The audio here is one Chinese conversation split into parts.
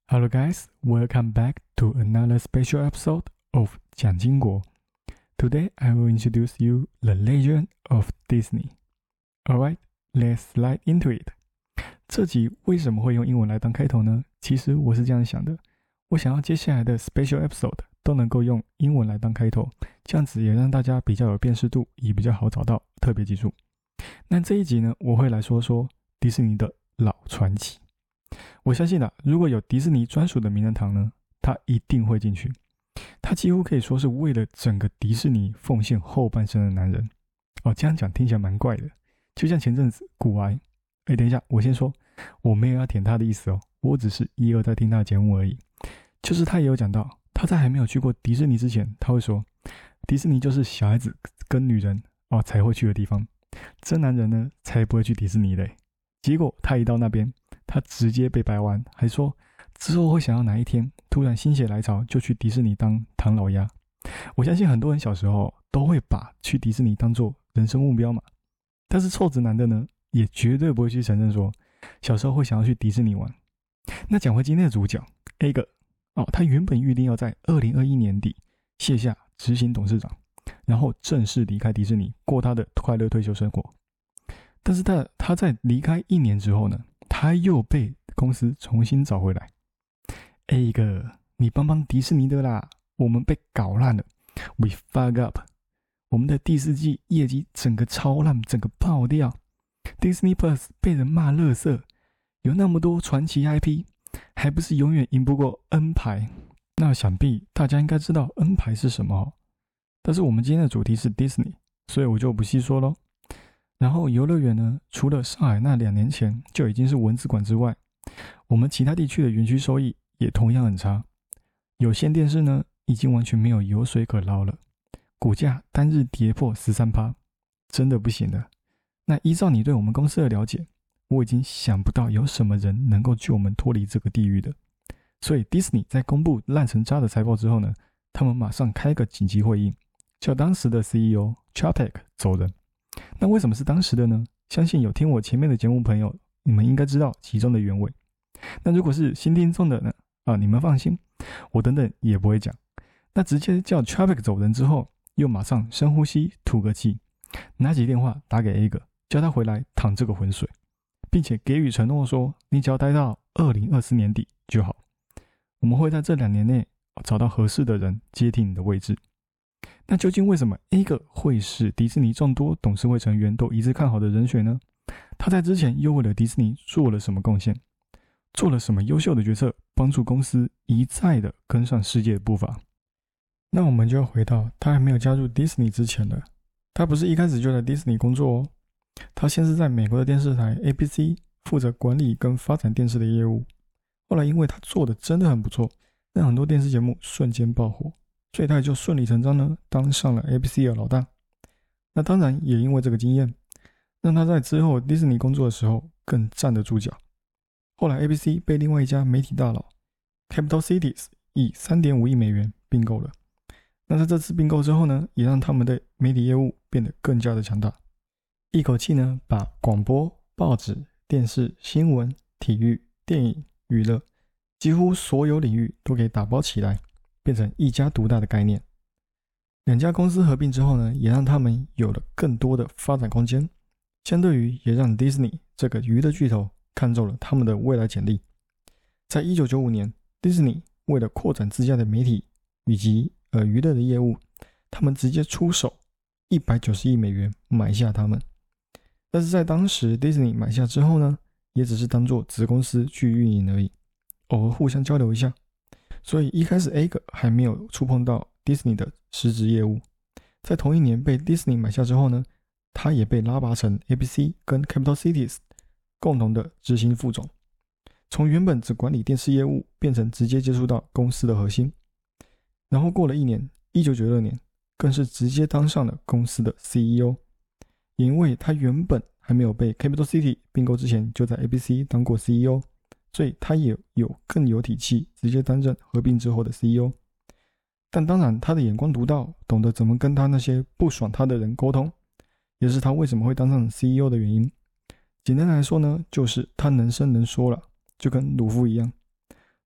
Hello guys, welcome back to another special episode of 蒋经国. Today I will introduce you the legend of Disney. Alright, let's slide into it. 这集为什么会用英文来当开头呢？其实我是这样想的，我想要接下来的 special episode 都能够用英文来当开头，这样子也让大家比较有辨识度，也比较好找到特别记住。那这一集呢，我会来说说迪士尼的老传奇。我相信如果有迪士尼专属的名人堂呢，他一定会进去。他几乎可以说是为了整个迪士尼奉献后半生的男人。这样讲听起来蛮怪的，就像前阵子古癌。等一下，我先说，我没有要舔他的意思我只是也有在听他的节目而已。就是他也有讲到，他在还没有去过迪士尼之前，他会说，迪士尼就是小孩子跟女人才会去的地方，真男人呢才不会去迪士尼嘞。结果他一到那边，他直接被掰弯，还说之后会想要哪一天突然心血来潮就去迪士尼当唐老鸭。我相信很多人小时候都会把去迪士尼当做人生目标嘛，但是臭直男的呢，也绝对不会去承认说小时候会想要去迪士尼玩。那讲回今天的主角 A 哥他原本预定要在2021年底卸下执行董事长，然后正式离开迪士尼，过他的快乐退休生活。但是他在离开1年之后呢，他又被公司重新找回来。A 哥，你帮帮迪士尼的啦，我们被搞烂了 ，We fuck up， 我们的第4季业绩整个超烂，整个爆掉 ，Disney Plus 被人骂垃圾，有那么多传奇 IP， 还不是永远赢不过 N 牌。那想必大家应该知道 N 牌是什么但是我们今天的主题是 Disney， 所以我就不细说咯。然后游乐园呢，除了上海那2年前就已经是蚊子馆之外，我们其他地区的园区收益也同样很差。有线电视呢，已经完全没有油水可捞了，股价单日跌破 13%， 真的不行了。那依照你对我们公司的了解，我已经想不到有什么人能够救我们脱离这个地狱的。所以 Disney 在公布烂成渣的财报之后呢，他们马上开个紧急会议，叫当时的 CEO Chapek 走人。那为什么是当时的呢？相信有听我前面的节目朋友，你们应该知道其中的原委。那如果是新听众的呢？你们放心，我等等也不会讲。那直接叫 Chapek 走人之后，又马上深呼吸吐个气，拿起电话打给 A 哥，叫他回来淌这个浑水，并且给予承诺说，你只要待到2024年底就好，我们会在这2年内找到合适的人接替你的位置。那究竟为什么 A 哥会是迪士尼众多董事会成员都一致看好的人选呢？他在之前又为了迪士尼做了什么贡献？做了什么优秀的决策，帮助公司一再的跟上世界的步伐？那我们就要回到他还没有加入迪士尼之前了。他不是一开始就在迪士尼工作他先是在美国的电视台 ABC 负责管理跟发展电视的业务。后来因为他做的真的很不错，让很多电视节目瞬间爆火，所以他也就顺理成章呢当上了 ABC 的老大。那当然也因为这个经验，让他在之后迪士尼工作的时候更站得住脚。后来 ABC 被另外一家媒体大佬 Capital Cities 以 3.5 亿美元并购了。那在这次并购之后呢，也让他们的媒体业务变得更加的强大，一口气呢把广播、报纸、电视、新闻、体育、电影、娱乐几乎所有领域都给打包起来，变成一家独大的概念。2家公司合并之后呢，也让他们有了更多的发展空间，相对于也让 Disney 这个娱乐巨头看中了他们的未来潜力。在1995年 Disney 为了扩展自家的媒体以及娱乐的业务，他们直接出手190亿美元买下他们。但是在当时 Disney 买下之后呢，也只是当做子公司去运营而已，偶尔互相交流一下。所以一开始 A 哥还没有触碰到 Disney 的实质业务。在同一年被 Disney 买下之后呢，他也被拉拔成 ABC 跟 Capital Cities 共同的执行副总，从原本只管理电视业务变成直接接触到公司的核心。然后过了1年1996年更是直接当上了公司的 CEO。 也因为他原本还没有被 Capital City 并购之前就在 ABC 当过 CEO， 所以他也更有体气直接担任合并之后的 CEO。 但当然他的眼光独到，懂得怎么跟他那些不爽他的人沟通，也是他为什么会当上 CEO 的原因。简单来说呢，就是他能伸能说了，就跟鲁夫一样。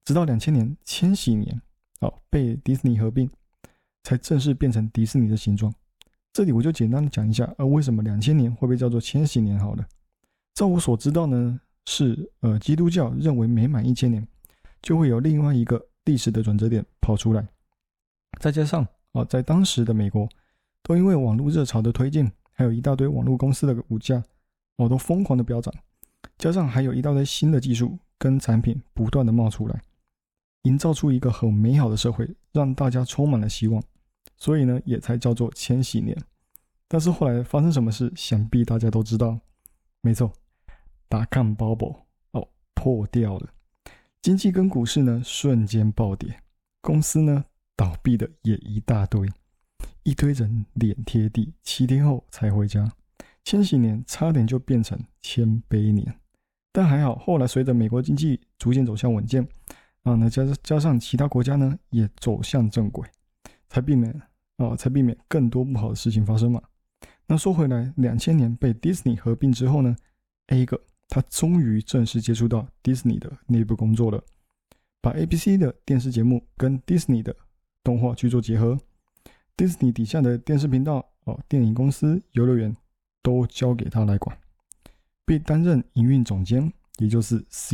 直到2000年千禧年被迪士尼合并，才正式变成迪士尼的形状。这里我就简单的讲一下为什么2000年会被叫做千禧年好了。照我所知道呢，是基督教认为每满1000年就会有另外一个历史的转折点跑出来，再加上在当时的美国都因为网络热潮的推进，还有一大堆网络公司的股价都疯狂的飙涨，加上还有一大堆新的技术跟产品不断的冒出来，营造出一个很美好的社会，让大家充满了希望，所以呢也才叫做千禧年。但是后来发生什么事，想必大家都知道，没错，达康 bubble 破掉了，经济跟股市呢瞬间暴跌，公司呢倒闭的也一大堆，一堆人脸贴地，7天后才回家。千禧年差点就变成千禧年，但还好后来随着美国经济逐渐走向稳健加上其他国家呢也走向正轨，才避免更多不好的事情发生嘛。那说回来，2000年被 Disney 合并之后呢，A 他终于正式接触到 Disney 的内部工作了，把 ABC 的电视节目跟 Disney 的动画去做结合， Disney 底下的电视频道电影公司、游乐园都交给他来管，并担任营运总监，也就是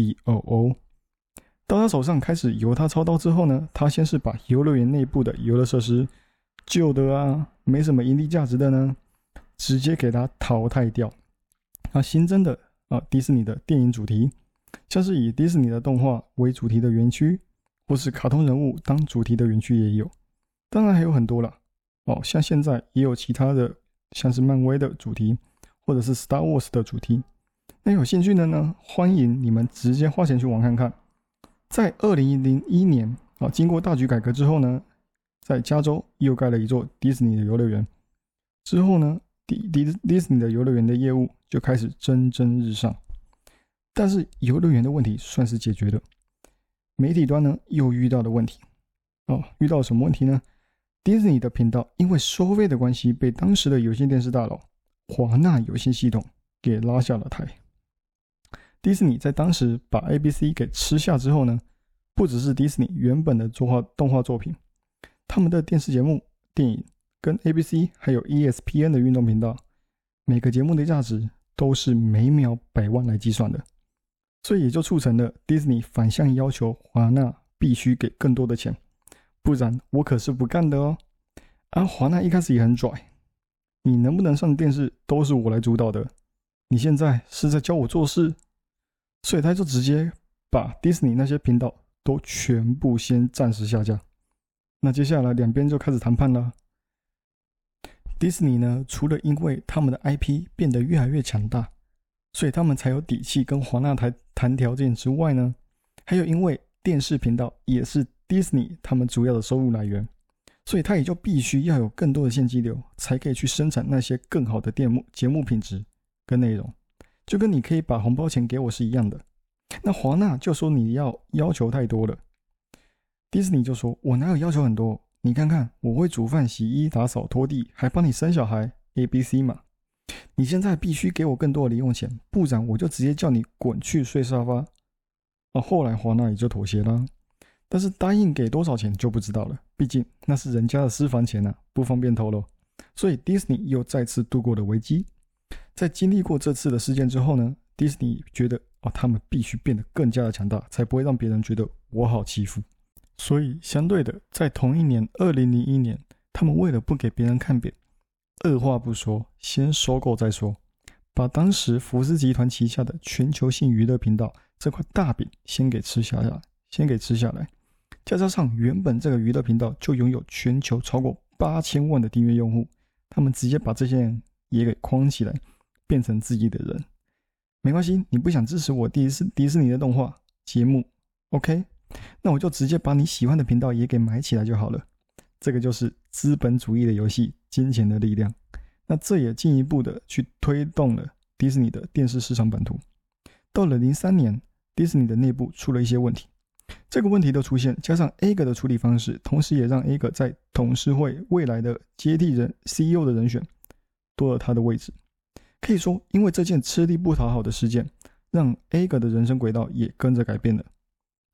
COO。 到他手上开始由他操刀之后呢，他先是把游乐园内部的游乐设施旧的没什么盈利价值的呢直接给他淘汰掉，新增的迪士尼的电影主题，像是以迪士尼的动画为主题的园区，或是卡通人物当主题的园区也有，当然还有很多啦像现在也有其他的，像是漫威的主题，或者是 Star Wars 的主题。那有兴趣的呢，欢迎你们直接花钱去玩看看。在2001年经过大局改革之后呢，在加州又盖了一座迪士尼的游乐园，之后呢迪士尼的游乐园的业务就开始蒸蒸日上。但是游乐园的问题算是解决了，媒体端呢又遇到了问题遇到什么问题呢？迪士尼的频道因为收费的关系，被当时的有线电视大佬华纳有线系统给拉下了台。迪士尼在当时把 ABC 给吃下之后呢，不只是迪士尼原本的动画作品，他们的电视节目、电影跟 ABC 还有 ESPN 的运动频道，每个节目的价值都是每秒100万来计算的，所以也就促成了迪士尼反向要求华纳必须给更多的钱，不然我可是不干的哦。华纳一开始也很拽，你能不能上电视都是我来主导的，你现在是在教我做事？所以他就直接把迪士尼那些频道都全部先暂时下架。那接下来两边就开始谈判了。迪士尼呢，除了因为他们的 IP 变得越来越强大，所以他们才有底气跟华纳谈条件之外呢，还有因为电视频道也是迪士尼他们主要的收入来源，所以他也就必须要有更多的现金流，才可以去生产那些更好的节目品质跟内容，就跟你可以把红包钱给我是一样的。那华纳就说你要求太多了，迪士尼就说我哪有要求很多，你看看我会煮饭、洗衣、打扫、拖地，还帮你生小孩 ABC 嘛，你现在必须给我更多的零用钱，不然我就直接叫你滚去睡沙发。后来华纳也就妥协了，但是答应给多少钱就不知道了，毕竟那是人家的私房钱不方便透露。所以迪士尼又再次度过了危机。在经历过这次的事件之后呢，迪士尼觉得他们必须变得更加的强大，才不会让别人觉得我好欺负。所以相对的，在同一年2001年，他们为了不给别人看扁，二话不说先收购再说，把当时福斯集团旗下的全球性娱乐频道这块大饼先给吃下来，加上原本这个娱乐频道就拥有全球超过8000万的订阅用户，他们直接把这些人也给框起来，变成自己的人。没关系，你不想支持我迪士尼的动画节目 OK， 那我就直接把你喜欢的频道也给买起来就好了。这个就是资本主义的游戏，金钱的力量。那这也进一步的去推动了迪士尼的电视市场版图。到了2003年，迪士尼的内部出了一些问题，这个问题的出现加上 A 的处理方式，同时也让 A 在董事会未来的接替人 CEO 的人选多了他的位置。可以说因为这件吃力不讨好的事件，让 A 的人生轨道也跟着改变了。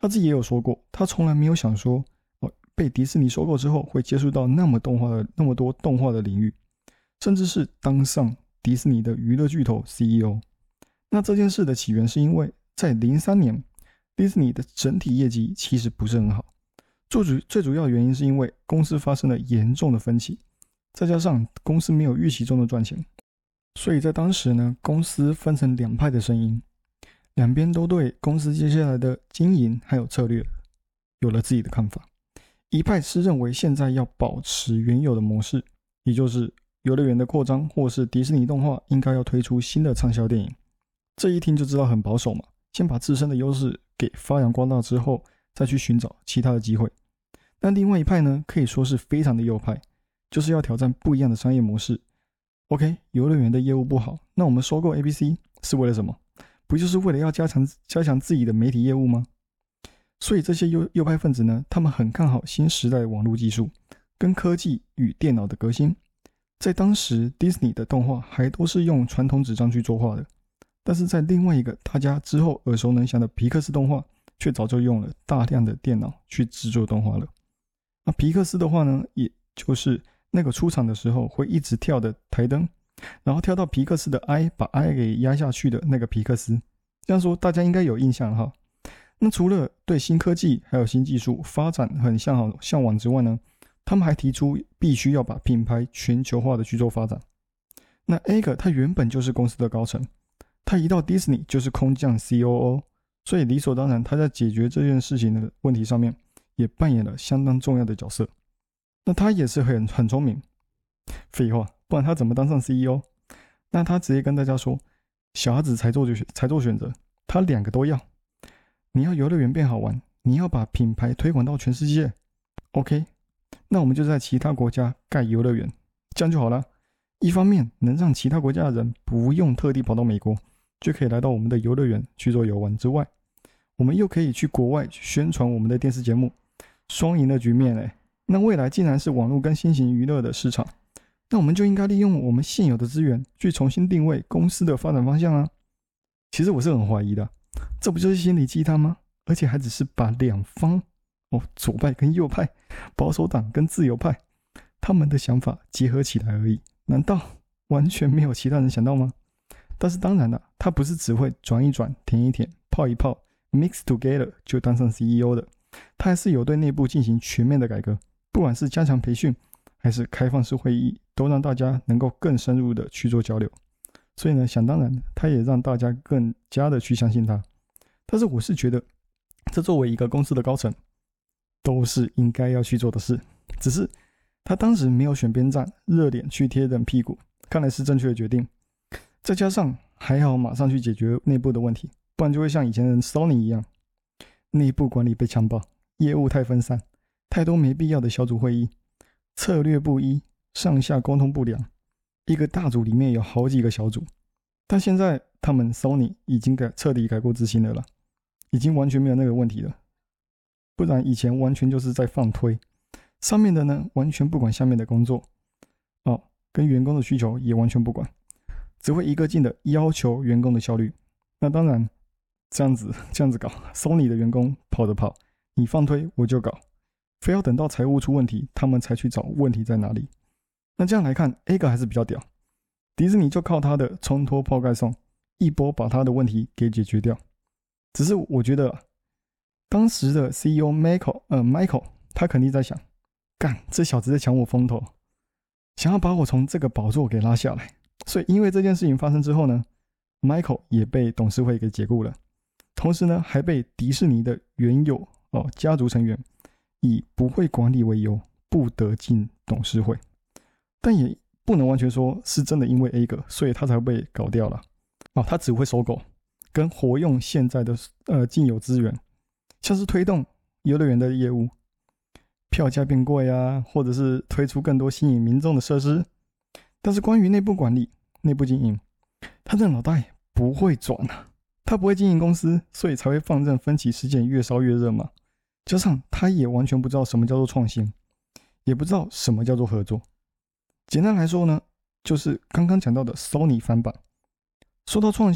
他自己也有说过，他从来没有想说被迪士尼收购之后会接触到那么多动画的领域，甚至是当上迪士尼的娱乐巨头 CEO。 那这件事的起源是因为在03年迪士尼的整体业绩其实不是很好，最主要的原因是因为公司发生了严重的分歧，再加上公司没有预期中的赚钱，所以在当时呢，公司分成两派的声音，两边都对公司接下来的经营还有策略有了自己的看法。一派是认为现在要保持原有的模式，也就是游乐园的扩张或是迪士尼动画应该要推出新的畅销电影，这一听就知道很保守嘛，先把自身的优势给发扬光大之后再去寻找其他的机会。但另外一派呢，可以说是非常的右派，就是要挑战不一样的商业模式。 OK， 游乐园的业务不好，那我们收购 ABC 是为了什么？不就是为了要加强自己的媒体业务吗？所以这些右派分子呢，他们很看好新时代的网络技术跟科技与电脑的革新。在当时 Disney 的动画还都是用传统纸张去作画的，但是在另外一个大家之后耳熟能详的皮克斯动画，却早就用了大量的电脑去制作动画了。那皮克斯的话呢，也就是那个出场的时候会一直跳的台灯，然后跳到皮克斯的 I， 把 I 给压下去的那个皮克斯。这样说大家应该有印象哈。那除了对新科技还有新技术发展很向往之外呢，他们还提出必须要把品牌全球化的去做发展。那 Iger 他原本就是公司的高层，他一到 Disney 就是空降 COO， 所以理所当然他在解决这件事情的问题上面也扮演了相当重要的角色。那他也是很聪明，废话，不然他怎么当上 CEO？ 那他直接跟大家说，小孩子才做选择，他两个都要。你要游乐园变好玩，你要把品牌推广到全世界 OK， 那我们就在其他国家盖游乐园，这样就好了。一方面能让其他国家的人不用特地跑到美国就可以来到我们的游乐园去做游玩之外，我们又可以去国外宣传我们的电视节目，双赢的局面欸。那未来既然是网络跟新型娱乐的市场，那我们就应该利用我们现有的资源去重新定位公司的发展方向啊。其实我是很怀疑的，这不就是心理鸡汤吗？而且还只是把两方左派跟右派，保守党跟自由派他们的想法结合起来而已，难道完全没有其他人想到吗？但是当然了，他不是只会转一转填一填泡一泡 mix together 就当上 CEO 的，他还是有对内部进行全面的改革，不管是加强培训还是开放式会议，都让大家能够更深入的去做交流。所以呢，想当然他也让大家更加的去相信他。但是我是觉得这作为一个公司的高层都是应该要去做的事，只是他当时没有选边站，热脸去贴冷屁股，看来是正确的决定。再加上还好马上去解决内部的问题，不然就会像以前的 Sony 一样，内部管理被强暴，业务太分散，太多没必要的小组会议，策略不一，上下沟通不良，一个大组里面有好几个小组。但现在他们 Sony 已经彻底改过自新了啦，已经完全没有那个问题了。不然以前完全就是在放推，上面的呢完全不管下面的工作跟员工的需求也完全不管，只会一个劲的要求员工的效率。那当然这样子搞 Sony 的员工跑着跑，你放推我就搞，非要等到财务出问题他们才去找问题在哪里。那这样来看 Iger 还是比较屌，迪士尼就靠他的冲脱泡盖送一波把他的问题给解决掉。只是我觉得当时的 CEO Michael 他肯定在想，干，这小子在抢我风头，想要把我从这个宝座给拉下来。所以因为这件事情发生之后呢， Michael 也被董事会给解雇了，同时呢还被迪士尼的原有家族成员以不会管理为由不得进董事会。但也不能完全说是真的因为 Iger 所以他才被搞掉了他只会收购跟活用现在的既有资源，像是推动游乐园的业务，票价变贵啊，或者是推出更多吸引民众的设施。但是关于内部管理、内部经营，他的脑袋不会转啊，他不会经营公司，所以才会放任分歧事件越烧越热嘛。加上他也完全不知道什么叫做创新，也不知道什么叫做合作。简单来说呢，就是刚刚讲到的 Sony 翻版。说到创新，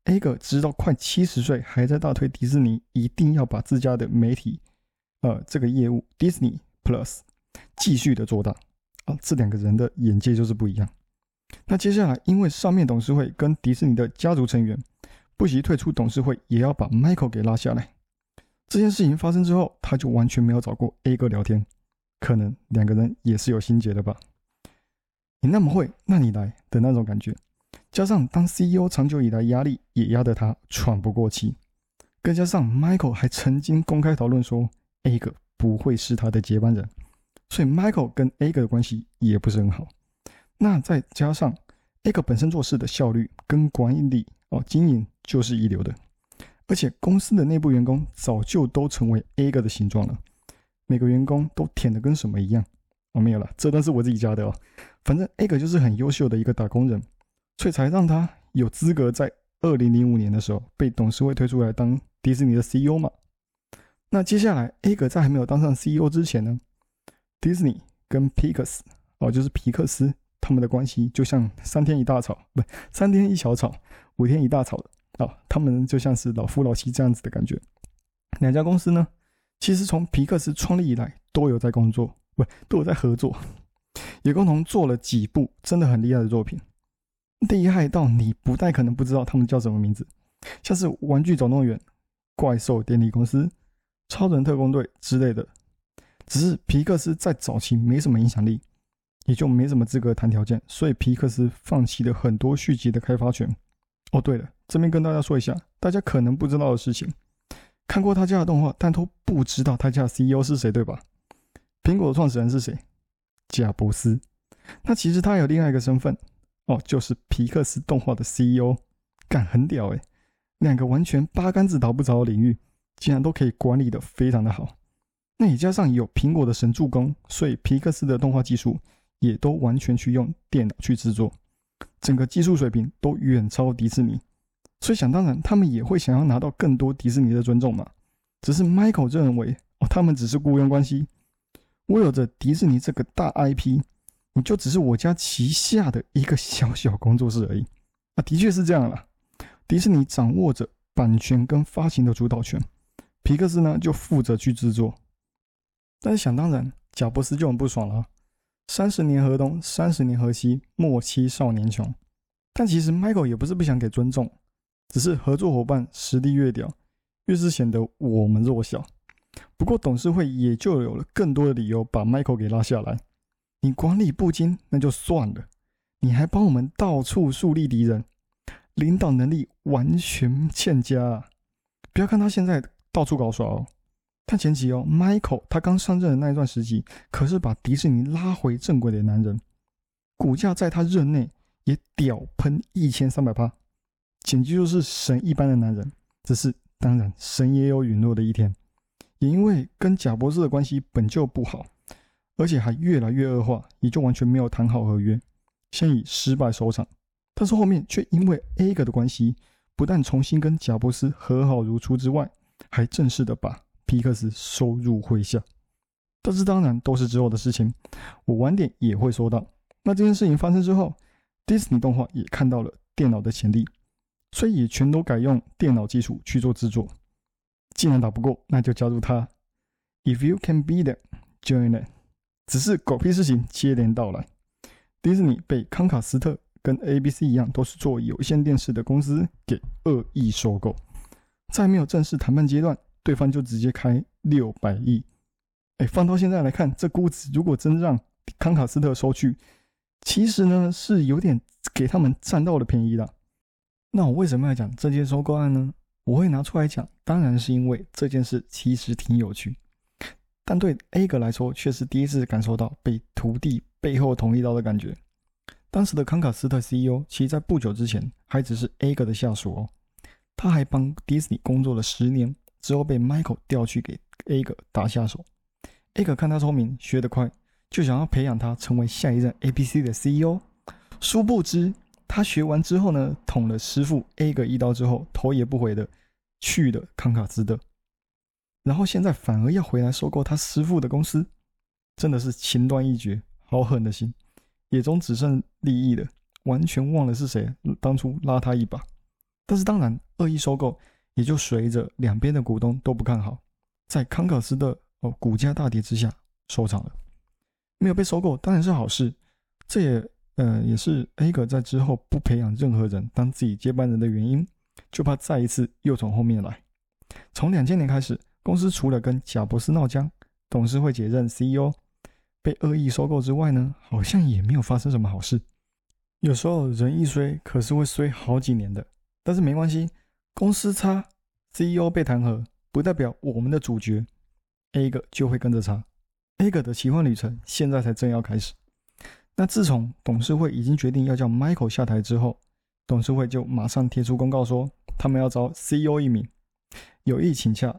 ，Iger 直到快70岁还在大推迪士尼一定要把自家的媒体这个业务 Disney Plus 继续的做大这两个人的眼界就是不一样。那接下来因为上面董事会跟迪士尼的家族成员不惜退出董事会也要把 Michael 给拉下来，这件事情发生之后，他就完全没有找过 Iger 聊天，可能两个人也是有心结的吧。你那么会，那你来的那种感觉，加上当 CEO 长久以来压力也压得他喘不过气，更加上 Michael 还曾经公开讨论说 Iger 不会是他的接班人，所以 Michael 跟 Iger 的关系也不是很好。那再加上 Iger 本身做事的效率跟管理经营就是一流的，而且公司的内部员工早就都成为 Iger 的形状了，每个员工都舔得跟什么一样没有啦，这段是我自己加的反正 Iger 就是很优秀的一个打工人，所以才让他有资格在2005年的时候被董事会推出来当迪士尼的 CEO 嘛。那接下来 Iger 在还没有当上 CEO 之前呢，迪士尼跟皮克斯就是皮克斯他们的关系就像3天一大吵，不，3天一小吵，5天一大吵的他们就像是老夫老妻这样子的感觉。两家公司呢，其实从皮克斯创立以来都有在工作，都有在合作，也共同做了几部真的很厉害的作品，厉害到你不太可能不知道他们叫什么名字，像是玩具总动员、怪兽电力公司、超人特工队之类的。只是皮克斯在早期没什么影响力，也就没什么资格谈条件，所以皮克斯放弃了很多续集的开发权。对了，这边跟大家说一下大家可能不知道的事情，看过他家的动画但都不知道他家的 CEO 是谁，对吧？苹果的创始人是谁？贾伯斯。那其实他有另外一个身份就是皮克斯动画的 CEO， 干很屌两个完全八竿子打不着的领域竟然都可以管理得非常的好。那也加上有苹果的神助攻，所以皮克斯的动画技术也都完全去用电脑去制作，整个技术水平都远超迪士尼，所以想当然他们也会想要拿到更多迪士尼的尊重嘛。只是 Michael 认为他们只是雇佣关系，我有着迪士尼这个大 IP， 你就只是我家旗下的一个小小工作室而已的确是这样啦。迪士尼掌握着版权跟发行的主导权，皮克斯呢就负责去制作。但是想当然贾伯斯就很不爽了30年河东30年河西，莫欺少年穷。但其实 Michael 也不是不想给尊重，只是合作伙伴实力越屌，越是显得我们弱小。不过董事会也就有了更多的理由把 Michael 给拉下来。你管理不精那就算了，你还帮我们到处树立敌人，领导能力完全欠佳不要看他现在到处搞耍看前期Michael 他刚上任的那一段时期可是把迪士尼拉回正轨的男人，股价在他任内也屌喷1300%，简直就是神一般的男人。只是当然神也有陨落的一天，也因为跟贾伯斯的关系本就不好，而且还越来越恶化，也就完全没有谈好合约，先以失败收场。但是后面却因为 Iger 的关系，不但重新跟贾伯斯和好如初之外，还正式的把皮克斯收入麾下。但是当然都是之后的事情，我晚点也会说到。那这件事情发生之后，迪士尼动画也看到了电脑的潜力，所以也全都改用电脑技术去做制作。既然打不过，那就加入它。If you can beat them, join them。只是狗屁事情接连到来，迪士尼被康卡斯特跟 ABC 一样，都是做有线电视的公司给恶意收购，在没有正式谈判阶段，对方就直接开600亿。放到现在来看，这估值如果真让康卡斯特收去，其实呢是有点给他们占到了便宜的。那我为什么要讲这件收购案呢？我会拿出来讲，当然是因为这件事其实挺有趣，但对 Iger 来说却是第一次感受到被徒弟背后捅一刀的感觉。当时的康卡斯特 CEO 其实在不久之前还只是 Iger 的下属他还帮 Disney 工作了10年，之后被 Michael 调去给 Iger 打下手。Iger 看他聪明学得快，就想要培养他成为下一任 ABC 的 CEO。 殊不知他学完之后呢，捅了师父 Iger 一刀之后，头也不回的去了康卡斯特，然后现在反而要回来收购他师父的公司，真的是情断意绝，好狠的心，眼中只剩利益了，完全忘了是谁当初拉他一把。 但是当然，恶意收购也就随着两边的股东都不看好，在康可斯的股价大跌之下收场了。没有被收购当然是好事，这也是 Ager 在之后不培养任何人当自己接班人的原因，就怕再一次又从后面来。从2000年开始，公司除了跟贾伯斯闹僵，董事会解任 CEO， 被恶意收购之外呢，好像也没有发生什么好事。有时候人一衰，可是会衰好几年的，但是没关系，公司差 CEO 被弹劾，不代表我们的主角 Ager 就会跟着差。Ager 的奇幻旅程现在才正要开始。那自从董事会已经决定要叫 Michael 下台之后，董事会就马上贴出公告说，他们要招 CEO 一名，有意请洽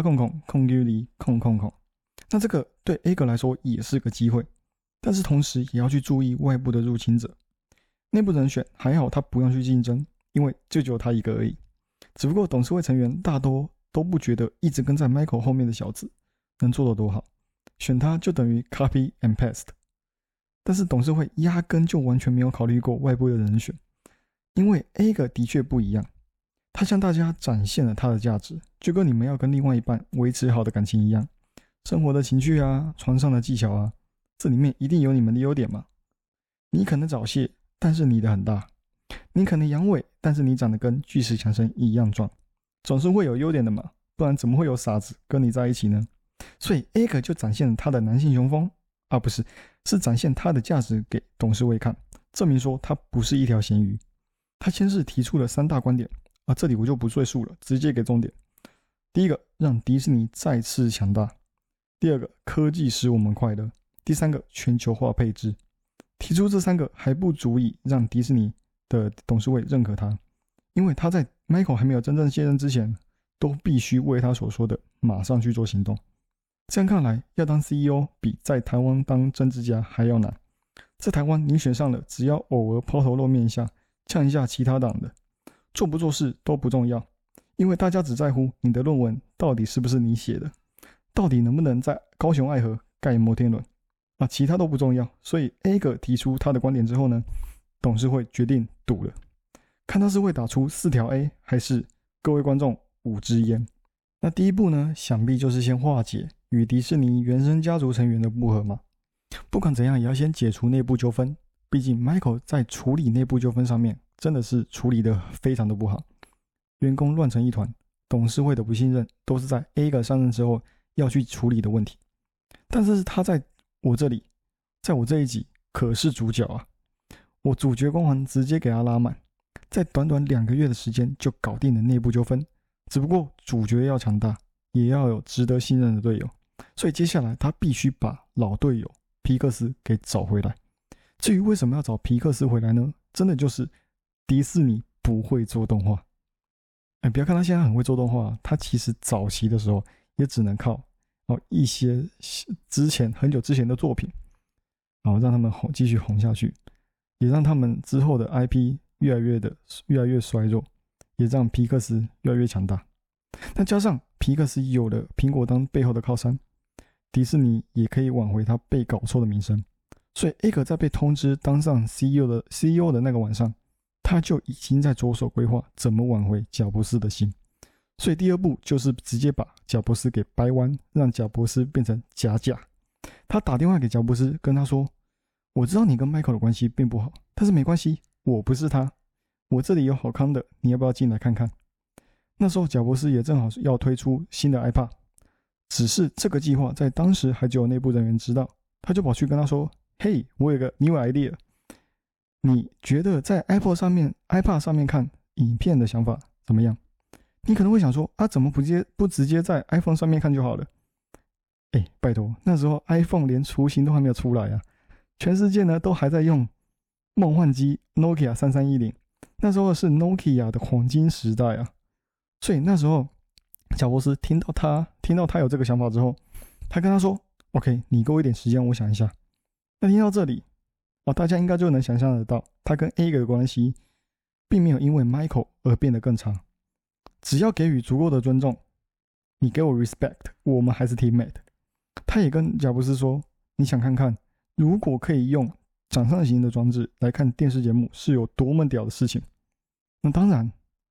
0800-090-000。那这个对 Ager 来说也是个机会，但是同时也要去注意外部的入侵者。内部人选还好他不用去竞争，因为就只有他一个而已。只不过董事会成员大多都不觉得一直跟在 Michael 后面的小子能做得多好，选他就等于 copy and paste。 但是董事会压根就完全没有考虑过外部的人选，因为 Ager 的确不一样，他向大家展现了他的价值，就跟你们要跟另外一半维持好的感情一样，生活的情趣啊，床上的技巧啊，这里面一定有你们的优点嘛。你可能早泄，但是你的很大；你可能阳痿，但是你长得跟巨石强森一样壮，总是会有优点的嘛，不然怎么会有傻子跟你在一起呢？所以 Ager 就展现了他的男性雄风啊，不是，是展现他的价值给董事会看，证明说他不是一条咸鱼。他先是提出了3大观点啊，这里我就不赘述了，直接给重点。第一个，让迪士尼再次强大；第二个，科技使我们快乐；第三个，全球化配置。提出这3个还不足以让迪士尼的董事会认可他，因为他在 Michael 还没有真正卸任之前，都必须为他所说的马上去做行动。这样看来，要当 CEO 比在台湾当政治家还要难。在台湾你选上了，只要偶尔抛头露面一下，呛一下其他党的，做不做事都不重要，因为大家只在乎你的论文到底是不是你写的，到底能不能在高雄爱河盖摩天轮啊，其他都不重要。所以 Ager 提出他的观点之后呢，董事会决定赌了，看他是会打出4条 A， 还是各位观众5支烟。那第一步呢，想必就是先化解与迪士尼原生家族成员的不合嘛。不管怎样，也要先解除内部纠纷，毕竟 Michael 在处理内部纠纷上面真的是处理得非常的不好，员工乱成一团，董事会的不信任都是在 Ager 上任之后要去处理的问题。但是他在我这里，在我这一集可是主角啊，我主角光环直接给他拉满，在短短2个月的时间就搞定了内部纠纷。只不过主角要强大，也要有值得信任的队友，所以接下来他必须把老队友皮克斯给找回来。至于为什么要找皮克斯回来呢？真的就是迪士尼不会做动画。不要看他现在很会做动画，他其实早期的时候也只能靠一些很久之前的作品，然后让他们继续红下去，也让他们之后的 IP 越来越衰弱，也让皮克斯越来越强大。那加上皮克斯有了苹果当背后的靠山，迪士尼也可以挽回他被搞错的名声。所以 Ager 在被通知当上 CEO 的那个晚上，他就已经在着手规划怎么挽回贾伯斯的心。所以第2步就是直接把贾伯斯给掰弯，让贾伯斯变成假。他打电话给贾伯斯，跟他说，我知道你跟 Michael 的关系并不好，但是没关系，我不是他，我这里有好康的，你要不要进来看看？那时候贾伯斯也正好要推出新的 iPad， 只是这个计划在当时还只有内部人员知道，他就跑去跟他说，嘿，我有个 new idea， 你觉得在 iPad 上面看影片的想法怎么样？你可能会想说，怎么不直接在 iPhone 上面看就好了？拜托，那时候 iPhone 连雏形都还没有出来啊，全世界呢都还在用梦幻机 Nokia 3310，那时候是 Nokia 的黄金时代啊。所以那时候贾伯斯听到他有这个想法之后，他跟他说 OK， 你给我一点时间，我想一下。那听到这里大家应该就能想象得到，他跟 Ager 的关系并没有因为 Michael 而变得更差。只要给予足够的尊重，你给我 respect， 我们还是 teammate。 他也跟贾伯斯说，你想看看如果可以用掌上型的装置来看电视节目是有多么屌的事情。那当然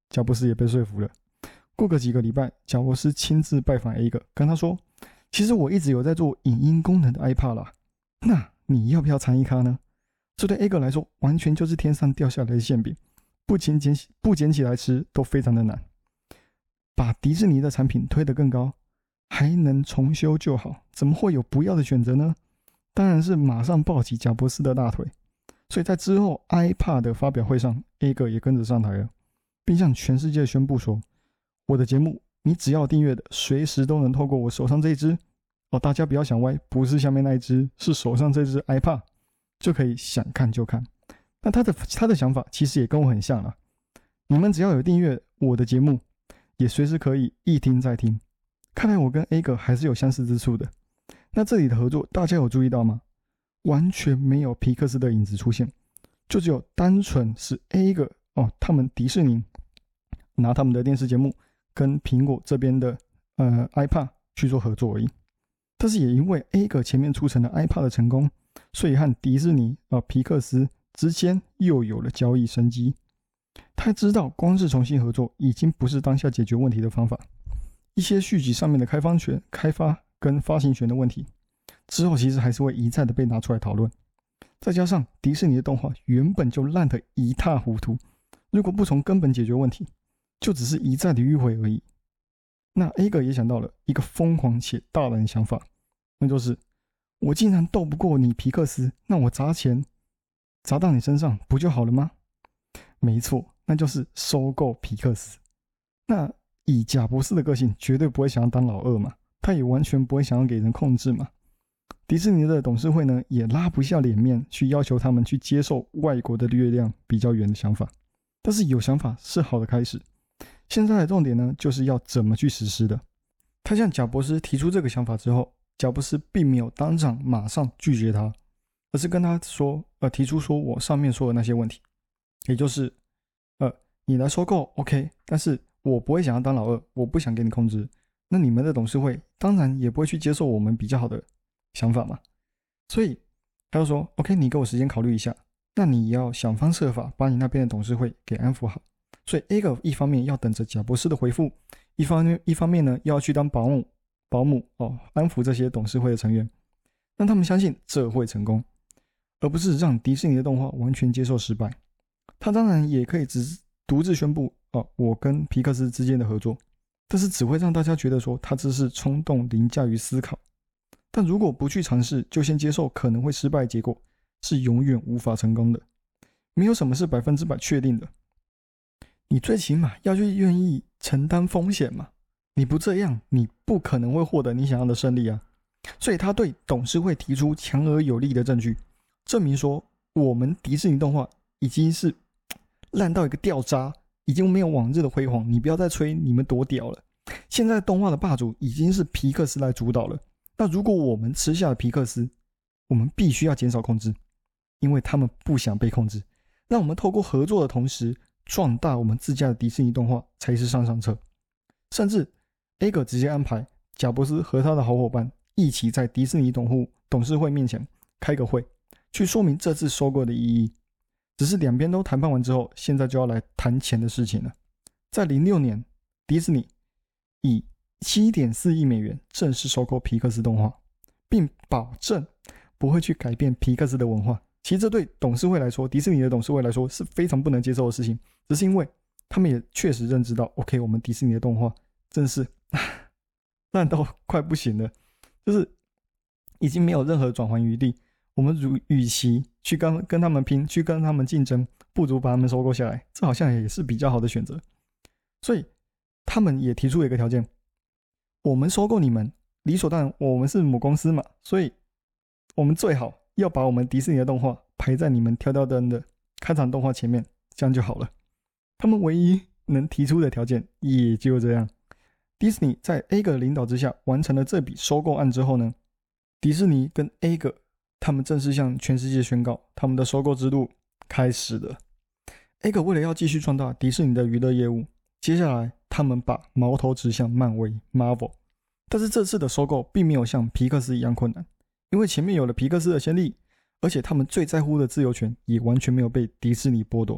贾伯斯也被说服了。过个几个礼拜，贾伯斯亲自拜访 A 哥，跟他说，其实我一直有在做影音功能的 iPad 啦，那你要不要参一咖呢？这对 A 哥来说完全就是天上掉下来的馅饼，不捡起来吃都非常的难。把迪士尼的产品推得更高，还能重修旧好，怎么会有不要的选择呢？当然是马上抱起贾伯斯的大腿。所以在之后 iPad 的发表会上， A 哥也跟着上台了，并向全世界宣布说，我的节目你只要订阅的，随时都能透过我手上这一只大家不要想歪，不是下面那一只，是手上这只 iPad 就可以想看就看。那他的想法其实也跟我很像啦，你们只要有订阅我的节目，也随时可以一听再听。看来我跟 A 哥还是有相似之处的。那这里的合作大家有注意到吗？完全没有皮克斯的影子出现，就只有单纯是 A 哥他们迪士尼拿他们的电视节目跟苹果这边的iPad 去做合作而已。但是也因为 A 哥前面促成了 iPad 的成功，所以和迪士尼皮克斯之间又有了交易生机。他知道光是重新合作已经不是当下解决问题的方法，一些续集上面的开发跟发行权的问题之后其实还是会一再的被拿出来讨论。再加上迪士尼的动画原本就烂得一塌糊涂，如果不从根本解决问题，就只是一再的迂回而已。那 A 哥也想到了一个疯狂且大胆的想法，那就是我竟然斗不过你皮克斯，那我砸钱砸到你身上不就好了吗？没错，那就是收购皮克斯。那以贾伯斯的个性，绝对不会想要当老二嘛，他也完全不会想要给人控制嘛。迪士尼的董事会呢，也拉不下脸面去要求他们去接受外国的月亮比较远的想法。但是有想法是好的开始，现在的重点呢，就是要怎么去实施的。他向贾伯斯提出这个想法之后，贾伯斯并没有当场马上拒绝他，而是跟他说提出说我上面说的那些问题，也就是你来收购 OK， 但是我不会想要当老二，我不想给你控制。那你们的董事会当然也不会去接受我们比较好的想法嘛。所以他就说 OK， 你给我时间考虑一下，那你要想方设法把你那边的董事会给安抚好。所以 A 哥一方面要等着贾伯斯的回复，一方面呢要去当保姆安抚这些董事会的成员，让他们相信这会成功，而不是让迪士尼的动画完全接受失败。他当然也可以只独自宣布我跟皮克斯之间的合作，但是只会让大家觉得说他只是冲动凌驾于思考。但如果不去尝试，就先接受可能会失败的结果，是永远无法成功的。没有什么是100%确定的，你最起码要去愿意承担风险嘛，你不这样，你不可能会获得你想要的胜利啊。所以他对董事会提出强而有力的证据，证明说我们迪士尼动画已经是烂到一个掉渣，已经没有往日的辉煌，你不要再吹你们多屌了。现在动画的霸主已经是皮克斯来主导了，那如果我们吃下了皮克斯，我们必须要减少控制，因为他们不想被控制。让我们透过合作的同时，壮大我们自家的迪士尼动画才是上策。甚至 A 哥直接安排贾伯斯和他的好伙伴一起在迪士尼董事会面前开个会，去说明这次收购的意义。只是两边都谈判完之后，现在就要来谈钱的事情了。在2006年，迪士尼以 7.4 亿美元正式收购皮克斯动画，并保证不会去改变皮克斯的文化。其实这对董事会来说，迪士尼的董事会来说是非常不能接受的事情，只是因为他们也确实认知到 OK， 我们迪士尼的动画真是烂到快不行了，就是已经没有任何转圜余地。我们与其去跟他们拼，去跟他们竞争，不如把他们收购下来，这好像也是比较好的选择。所以他们也提出了一个条件，我们收购你们理所当然，我们是母公司嘛，所以我们最好要把我们迪士尼的动画排在你们挑挑灯的开场动画前面，这样就好了。他们唯一能提出的条件也就这样。迪士尼在 A 哥领导之下完成了这笔收购案之后呢，迪士尼跟 A 哥他们正式向全世界宣告他们的收购之路开始了。A 哥为了要继续壮大迪士尼的娱乐业务，接下来他们把矛头指向漫威 Marvel。 但是这次的收购并没有像皮克斯一样困难，因为前面有了皮克斯的先例，而且他们最在乎的自由权也完全没有被迪士尼剥夺，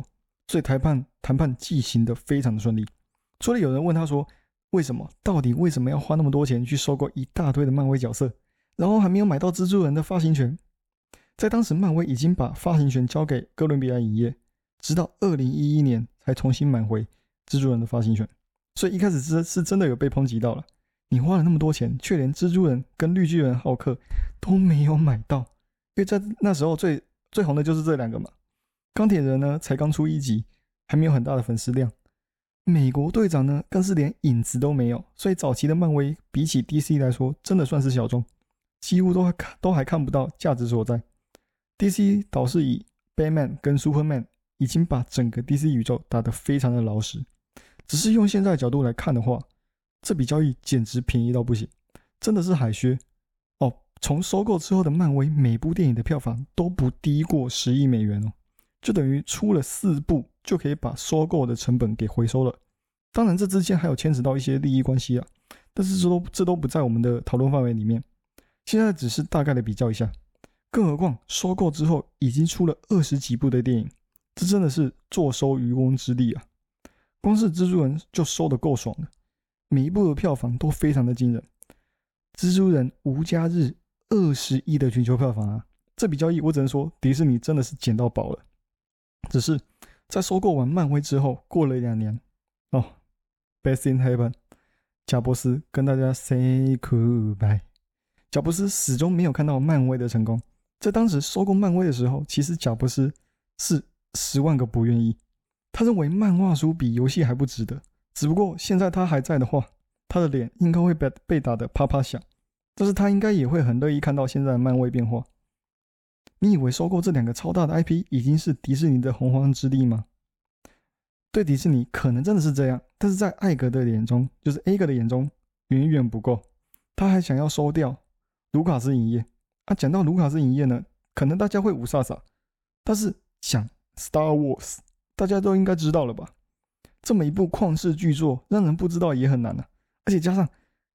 所以谈判进行的非常的顺利。除了有人问他说，到底为什么要花那么多钱去收购一大堆的漫威角色，然后还没有买到蜘蛛人的发行权？在当时，漫威已经把发行权交给哥伦比亚影业，直到2011年才重新买回蜘蛛人的发行权。所以一开始是真的有被抨击到了，你花了那么多钱，却连蜘蛛人跟绿巨人浩克都没有买到。因为在那时候最红的就是这两个嘛。钢铁人呢才刚出1集，还没有很大的粉丝量。美国队长呢更是连影子都没有，所以早期的漫威比起 DC 来说真的算是小众，几乎都还看不到价值所在。DC 倒是以 Batman 跟 Superman 已经把整个 DC 宇宙打得非常的牢实，只是用现在的角度来看的话，这笔交易简直便宜到不行，真的是海削哦。从收购之后的漫威每部电影的票房都不低过10亿美元哦，就等于出了4部就可以把收购的成本给回收了。当然这之间还有牵扯到一些利益关系啊，但是这都不在我们的讨论范围里面，现在只是大概的比较一下。更何况收购之后已经出了20几部的电影，这真的是坐收渔翁之利啊。光是蜘蛛人就收得够爽的，每一部的票房都非常的惊人。蜘蛛人无家日20亿的全球票房啊，这笔交易我只能说迪士尼真的是捡到宝了。只是在收购完漫威之后，过了2年Bad thing happened， 贾伯斯跟大家 say goodbye。 贾伯斯始终没有看到漫威的成功。在当时收购漫威的时候，其实贾伯斯是10万个不愿意，他认为漫画书比游戏还不值得。只不过现在他还在的话，他的脸应该会被打得啪啪响，但是他应该也会很乐意看到现在的漫威变化。你以为收购这2个超大的 IP 已经是迪士尼的洪荒之力吗？对迪士尼可能真的是这样，但是在艾格的眼中，就是 A 哥的眼中远远不够，他还想要收掉卢卡斯影业啊。讲到卢卡斯影业呢，可能大家会五煞煞，但是想 Star Wars 大家都应该知道了吧，这么一部旷世巨作让人不知道也很难啊。而且加上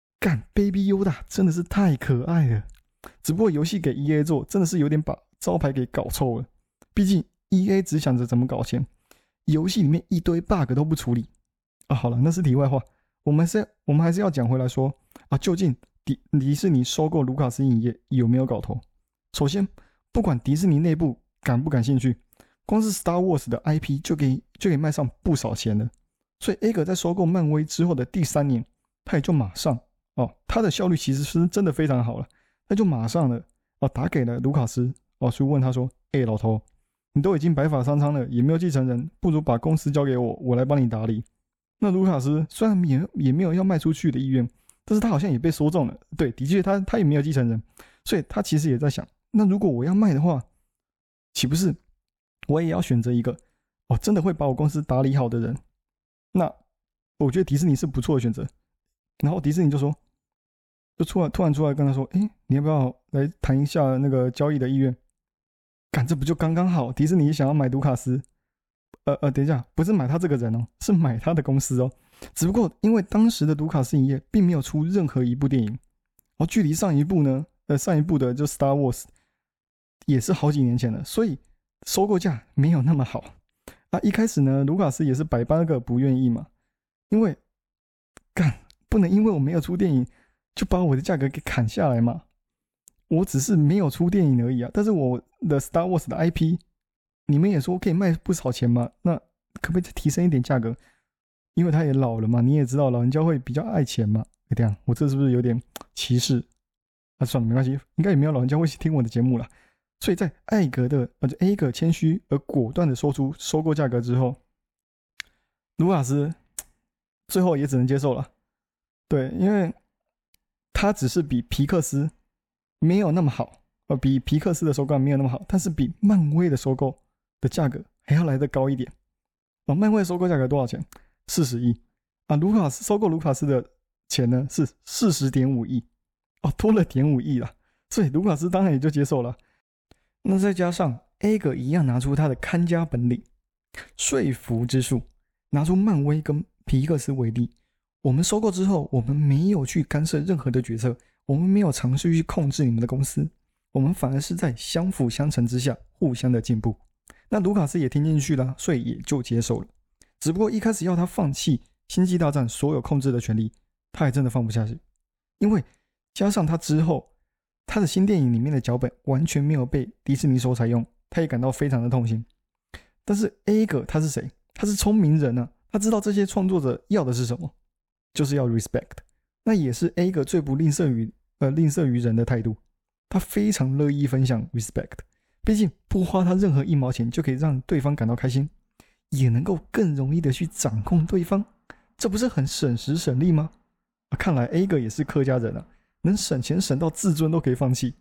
Baby Yoda 真的是太可爱了，只不过游戏给 EA 做真的是有点把招牌给搞臭了，毕竟 EA 只想着怎么搞钱，游戏里面一堆 bug 都不处理啊。好了，那是题外话，我们还是要讲回来说啊，究竟迪士尼收购卢卡斯影业有没有搞头？首先，不管迪士尼内部感不感兴趣，光是 Star Wars 的 IP 就可以卖上不少钱了。所以 A 哥在收购漫威之后的第3年，他也就马上他的效率其实是真的非常好了，他就马上了打给了卢卡斯去问他说，老头，你都已经白发苍苍了，也没有继承人，不如把公司交给我，我来帮你打理。那卢卡斯虽然也没有要卖出去的意愿，但是他好像也被说中了。对，的确他也没有继承人，所以他其实也在想，那如果我要卖的话，岂不是我也要选择一个真的会把我公司打理好的人？那我觉得迪士尼是不错的选择。然后迪士尼就突然出来跟他说，你要不要来谈一下那个交易的意愿？这不就刚刚好，迪士尼想要买卢卡斯，等一下，不是买他这个人是买他的公司只不过因为当时的卢卡斯影业并没有出任何一部电影，距离上一部的就 Star Wars 也是好几年前了，所以收购价没有那么好一开始呢，卢卡斯也是百般个不愿意嘛，因为不能因为我没有出电影就把我的价格给砍下来嘛。我只是没有出电影而已但是我的 Star Wars 的 IP 你们也说可以卖不少钱嘛，那可不可以再提升一点价格？因为他也老了嘛，你也知道老人家会比较爱钱嘛。这样我这是不是有点歧视？算了，没关系，应该也没有老人家会听我的节目啦。所以在艾格的A 哥谦虚而果断的说出收购价格之后，卢卡斯最后也只能接受了。对，因为他只是比皮克斯没有那么好，比皮克斯的收购没有那么好，但是比漫威的收购的价格还要来得高一点。漫威的收购价格多少钱？40亿收购卢卡斯的钱呢是40.5亿多了0.5亿啦，所以卢卡斯当然也就接受了。那再加上 A 哥一样拿出他的看家本领，说服之术，拿出漫威跟皮克斯为例，我们收购之后，我们没有去干涉任何的决策，我们没有尝试去控制你们的公司，我们反而是在相辅相成之下互相的进步。 那卢卡斯也听进去了，所以也就接受了。只不过一开始要他放弃星际大战所有控制的权利，他还真的放不下去，因为加上他之后他的新电影里面的脚本完全没有被迪士尼所采用，他也感到非常的痛心。但是 A 哥他是谁？他是聪明人啊，他知道这些创作者要的是什么，就是要 respect。那也是 A 哥最不吝啬于人的态度，他非常乐意分享 respect， 毕竟不花他任何一毛钱就可以让对方感到开心，也能够更容易的去掌控对方，这不是很省时省力吗？看来 A 哥也是客家人啊，能省钱省到自尊都可以放弃。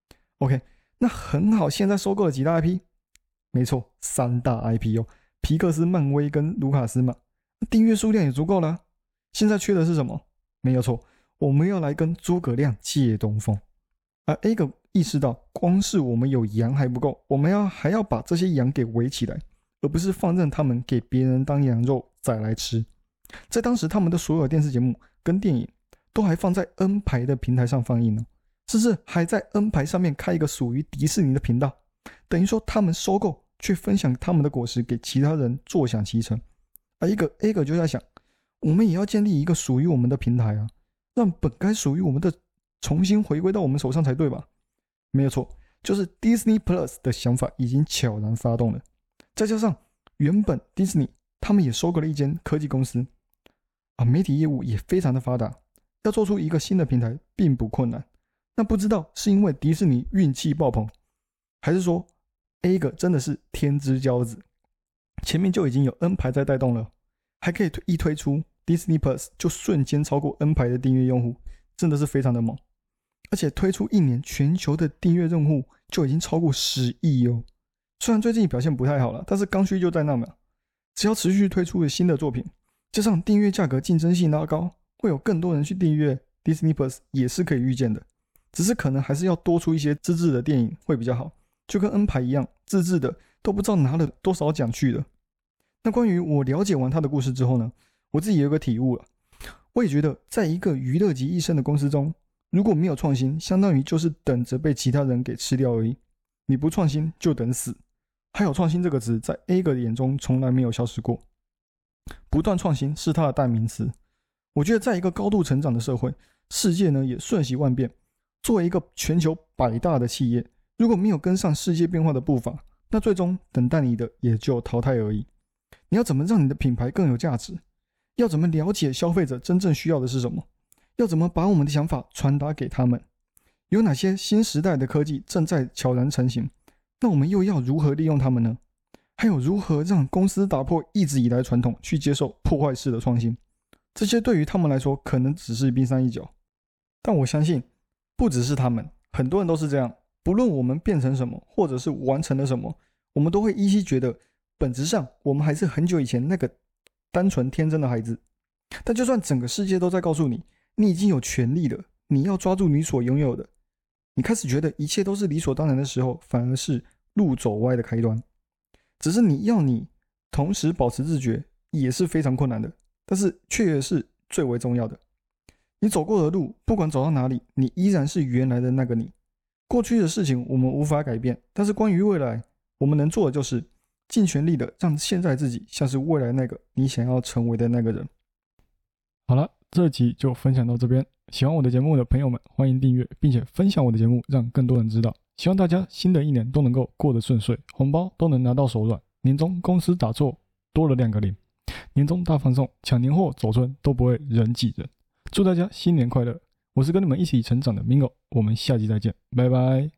OK， 那很好，现在收购了几大 IP？ 没错，3大 IP 哦，皮克斯、漫威跟卢卡斯嘛，订阅数量也足够了。现在缺的是什么？没有错，我们要来跟诸葛亮借东风。而 A 哥意识到，光是我们有羊还不够，我们还要把这些羊给围起来，而不是放任他们给别人当羊肉宰来吃。在当时，他们的所有电视节目跟电影都还放在 N 牌的平台上放映呢，甚至还在 N 牌上面开一个属于迪士尼的频道，等于说他们收购却分享他们的果实给其他人坐享其成。而A 哥就在想，我们也要建立一个属于我们的平台啊，让本该属于我们的重新回归到我们手上才对吧？没有错，就是 Disney Plus 的想法已经悄然发动了。再加上原本 Disney 他们也收购了一间科技公司媒体业务也非常的发达，要做出一个新的平台并不困难。那不知道是因为迪士尼运气爆棚，还是说 A 哥真的是天之骄子，前面就已经有 N 牌在带动了，还可以一推出 Disney Plus 就瞬间超过 N 牌的订阅用户，真的是非常的猛。而且推出1年，全球的订阅用户就已经超过10亿哦。虽然最近表现不太好了，但是刚需就在那嘛。只要持续推出新的作品，加上订阅价格竞争性拉高，会有更多人去订阅 Disney Plus 也是可以预见的。只是可能还是要多出一些自制的电影会比较好，就跟 N 牌一样，自制的都不知道拿了多少奖去了。那关于我了解完他的故事之后呢，我自己有个体悟了。我也觉得在一个娱乐级一生的公司中，如果没有创新，相当于就是等着被其他人给吃掉而已。你不创新就等死。还有创新这个词在 A 哥的眼中从来没有消失过，不断创新是他的代名词。我觉得在一个高度成长的社会，世界呢也瞬息万变，作为一个全球100大的企业，如果没有跟上世界变化的步伐，那最终等待你的也就淘汰而已。你要怎么让你的品牌更有价值？要怎么了解消费者真正需要的是什么？要怎么把我们的想法传达给他们？有哪些新时代的科技正在悄然成型？那我们又要如何利用它们呢？还有如何让公司打破一直以来传统，去接受破坏式的创新？这些对于他们来说可能只是冰山一角，但我相信不只是他们，很多人都是这样。不论我们变成什么，或者是完成了什么，我们都会依稀觉得本质上我们还是很久以前那个单纯天真的孩子。但就算整个世界都在告诉你，你已经有权利了，你要抓住你所拥有的，你开始觉得一切都是理所当然的时候，反而是路走歪的开端。只是你同时保持自觉也是非常困难的，但是却是最为重要的。你走过的路，不管走到哪里，你依然是原来的那个你。过去的事情我们无法改变，但是关于未来，我们能做的就是尽全力的让现在自己像是未来那个你想要成为的那个人。好了，这集就分享到这边。喜欢我的节目的朋友们，欢迎订阅并且分享我的节目，让更多人知道。希望大家新的一年都能够过得顺遂，红包都能拿到手软，年终公司打错多了2个零，年终大放送，抢年货走春都不会人挤人。祝大家新年快乐！我是跟你们一起成长的 Mingo， 我们下集再见，拜拜。